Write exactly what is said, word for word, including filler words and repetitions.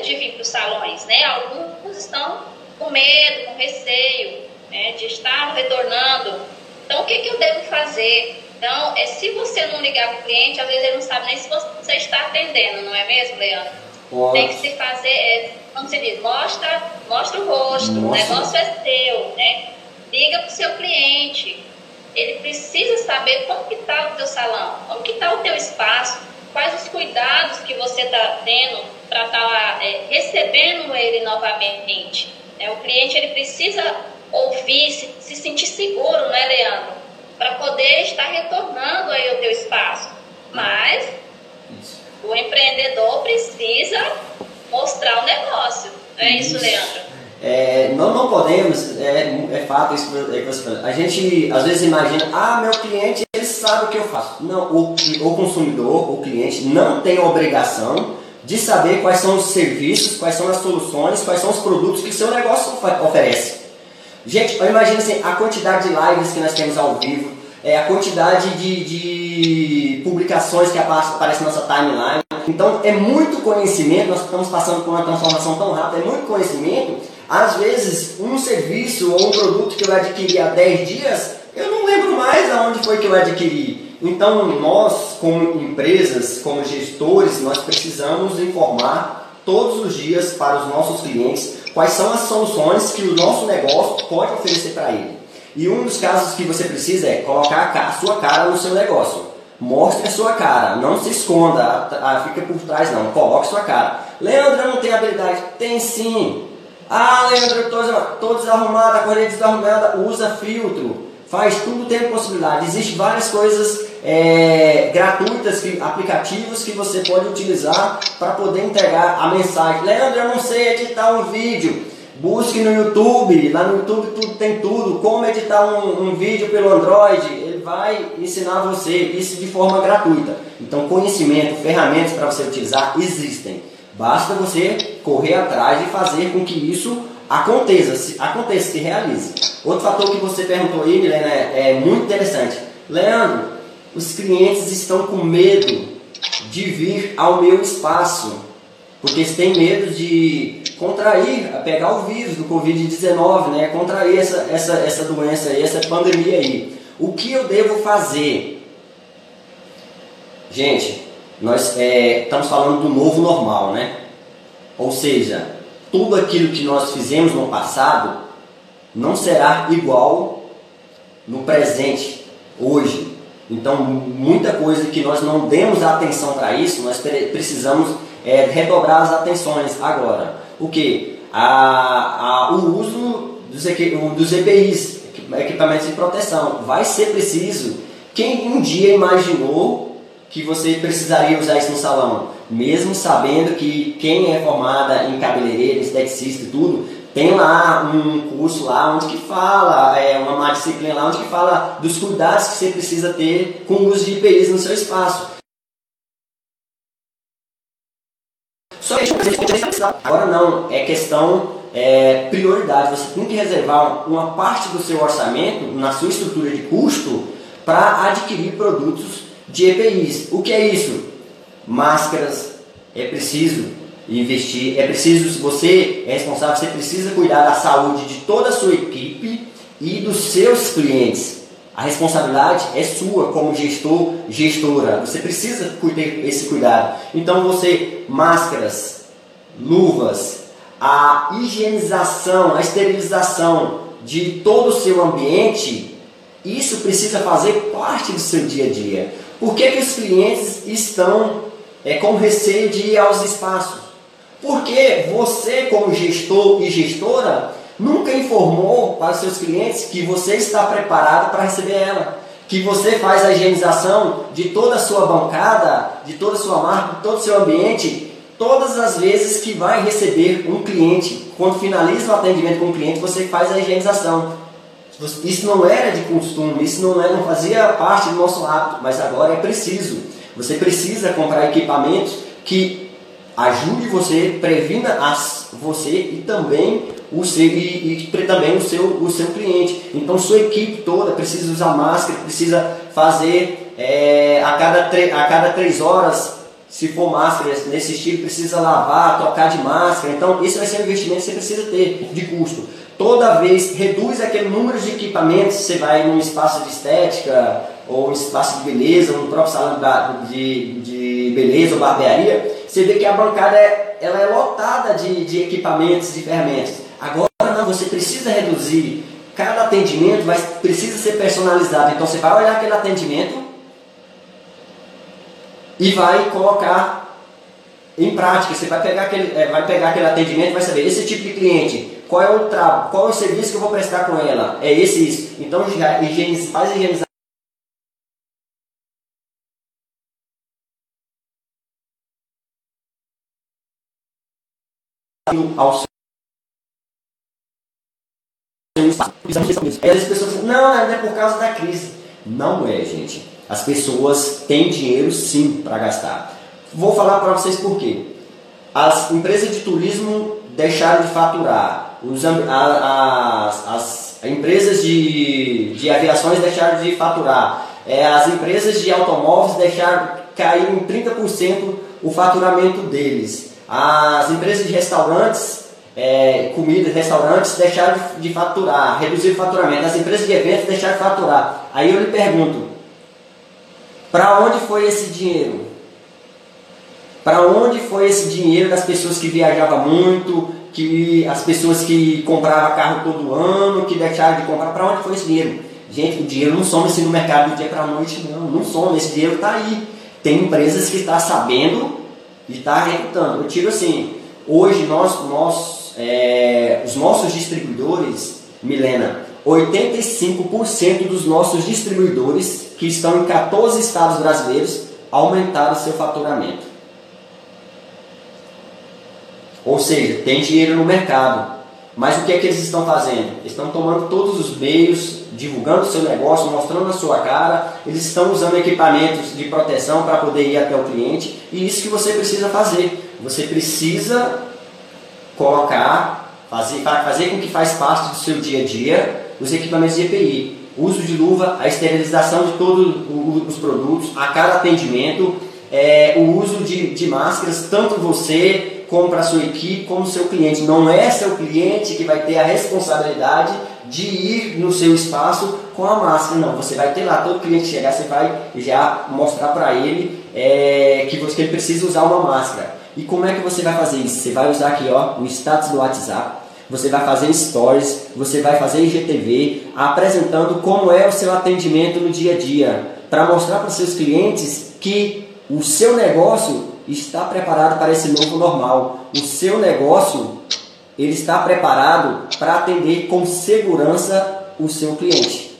de vir para os salões, né? Alguns estão com medo, com receio, né, de estar retornando. Então, o que, que eu devo fazer? Então, é, se você não ligar para o cliente, às vezes ele não sabe nem se você está atendendo, não é mesmo, Leandro? Pode. Tem que se fazer, é, como se diz, mostra, mostra o rosto, Nossa. O negócio é seu, né? Liga para o seu cliente. Ele precisa saber como que está o teu salão, como que está o teu espaço, quais os cuidados que você está tendo para estar tá, é, recebendo ele novamente. É, o cliente ele precisa ouvir, se, se sentir seguro, né, Leandro? Para poder estar retornando aí ao teu espaço. Mas isso. O empreendedor precisa mostrar o negócio. É isso, isso Leandro? É, não, não podemos, é, é fato isso que você falou. A gente às vezes imagina, ah, meu cliente, ele sabe o que eu faço. Não, o, o consumidor, o cliente não tem a obrigação de saber quais são os serviços, quais são as soluções, quais são os produtos que o seu negócio oferece. Gente, eu imagino assim, a quantidade de lives que nós temos ao vivo, é, a quantidade de, de publicações que aparecem na nossa timeline. Então, é muito conhecimento, nós estamos passando por uma transformação tão rápida, é muito conhecimento. Às vezes, um serviço ou um produto que eu adquiri há dez dias, eu não lembro mais aonde foi que eu adquiri. Então, nós, como empresas, como gestores, nós precisamos informar todos os dias para os nossos clientes quais são as soluções que o nosso negócio pode oferecer para ele. E um dos casos que você precisa é colocar a sua cara no seu negócio. Mostre a sua cara, não se esconda, a, a, fica por trás não, coloque sua cara. Leandro, eu não tenho habilidade. Tem sim. Ah, Leandro, eu estou desarrumado, a correia desarrumada, usa filtro. Faz tudo, tem possibilidade. Existem várias coisas é, gratuitas, que, aplicativos que você pode utilizar para poder entregar a mensagem. Leandro, eu não sei editar um vídeo. Busque no YouTube, lá no YouTube tudo, tem tudo. Como editar um, um vídeo pelo Android, ele vai ensinar você isso de forma gratuita. Então, conhecimento, ferramentas para você utilizar existem. Basta você correr atrás e fazer com que isso aconteça, se, aconteça, se realize. Outro fator que você perguntou aí, Milena, é, é muito interessante. Leandro, os clientes estão com medo de vir ao meu espaço, porque eles têm medo de contrair, pegar o vírus do covid dezenove, né? Contrair essa, essa, essa doença aí, essa pandemia aí. O que eu devo fazer? Gente, nós é, estamos falando do novo normal, né? Ou seja, tudo aquilo que nós fizemos no passado não será igual no presente, hoje. Então, muita coisa que nós não demos atenção para isso, nós precisamos é, redobrar as atenções agora. O que? A, a, o uso dos, dos E P Is, equipamentos de proteção. Vai ser preciso. Quem um dia imaginou que você precisaria usar isso no salão? Mesmo sabendo que quem é formada em cabeleireiro, esteticista e tudo, tem lá um curso lá onde que fala, é, uma disciplina lá onde que fala dos cuidados que você precisa ter com o uso de I P Is no seu espaço. Só que agora não, é questão é, prioridade. Você tem que reservar uma parte do seu orçamento, na sua estrutura de custo, para adquirir produtos de E P Is. O que é isso? Máscaras, é preciso investir, é preciso, se você é responsável, você precisa cuidar da saúde de toda a sua equipe e dos seus clientes. A responsabilidade é sua como gestor, gestora. Você precisa ter esse cuidado. Então você, máscaras, luvas, a higienização, a esterilização de todo o seu ambiente, isso precisa fazer parte do seu dia a dia. Por que que os clientes estão é, com receio de ir aos espaços? Porque você, como gestor e gestora, nunca informou para os seus clientes que você está preparado para receber ela, que você faz a higienização de toda a sua bancada, de toda a sua marca, de todo o seu ambiente, todas as vezes que vai receber um cliente. Quando finaliza o atendimento com o cliente, você faz a higienização. Isso não era de costume, isso não, era, não fazia parte do nosso hábito, mas agora é preciso. Você precisa comprar equipamentos que ajude você, previna as, você e também o seu, e, e também o seu, o seu cliente. Então sua equipe toda precisa usar máscara, precisa fazer é, a, cada tre, a cada três horas Se for máscara nesse estilo, precisa lavar, trocar de máscara. Então, esse vai ser um investimento que você precisa ter de custo. Toda vez reduz aquele número de equipamentos, você vai num espaço de estética, ou um espaço de beleza, ou no próprio salão de, de beleza ou barbearia, você vê que a bancada é, ela é lotada de, de equipamentos, de ferramentas. Agora não, você precisa reduzir. Cada atendimento vai, precisa ser personalizado. Então você vai olhar aquele atendimento e vai colocar em prática. Você vai pegar aquele, é, vai pegar aquele atendimento e vai saber esse tipo de cliente, qual é o trabalho, qual é o serviço que eu vou prestar com ela. É esse isso. Então já higieniza, faz higienizar ao seu espaço. Aí as pessoas dizem, não, não é por causa da crise. Não é, gente. As pessoas têm dinheiro sim para gastar. Vou falar para vocês por quê. As empresas de turismo deixaram de faturar. Os, a, as, as empresas de, de aviações deixaram de faturar. É, as empresas de automóveis deixaram cair em trinta por cento o faturamento deles. As empresas de restaurantes, é, comidas, restaurantes deixaram de faturar, reduziram o faturamento. As empresas de eventos deixaram de faturar. Aí eu lhe pergunto, para onde foi esse dinheiro? Para onde foi esse dinheiro das pessoas que viajavam muito, que as pessoas que compravam carro todo ano, que deixaram de comprar? Para onde foi esse dinheiro? Gente, o dinheiro não some assim no mercado do dia para a noite, não. Não some, esse dinheiro está aí. Tem empresas que estão sabendo e estão arrecadando. Eu tiro assim, hoje nós, nós é, os nossos distribuidores, Milena, oitenta e cinco por cento dos nossos distribuidores que estão em quatorze estados brasileiros aumentaram seu faturamento. Ou seja, tem dinheiro no mercado. Mas o que é que eles estão fazendo? Eles estão tomando todos os meios, divulgando o seu negócio, mostrando a sua cara. Eles estão usando equipamentos de proteção para poder ir até o cliente. E isso que você precisa fazer. Você precisa colocar, fazer, fazer com que faz parte do seu dia a dia os equipamentos de E P I. O uso de luva, a esterilização de todos os produtos, a cada atendimento, é, o uso de, de máscaras, tanto você como para a sua equipe, como o seu cliente. Não é seu cliente que vai ter a responsabilidade de ir no seu espaço com a máscara, não. Você vai ter lá, todo cliente chegar, você vai já mostrar para ele é, que, você, que ele precisa usar uma máscara. E como é que você vai fazer isso? Você vai usar aqui ó, o status do WhatsApp, você vai fazer stories, você vai fazer I G T V, apresentando como é o seu atendimento no dia a dia, para mostrar para os seus clientes que o seu negócio está preparado para esse novo normal. O seu negócio ele está preparado para atender com segurança o seu cliente.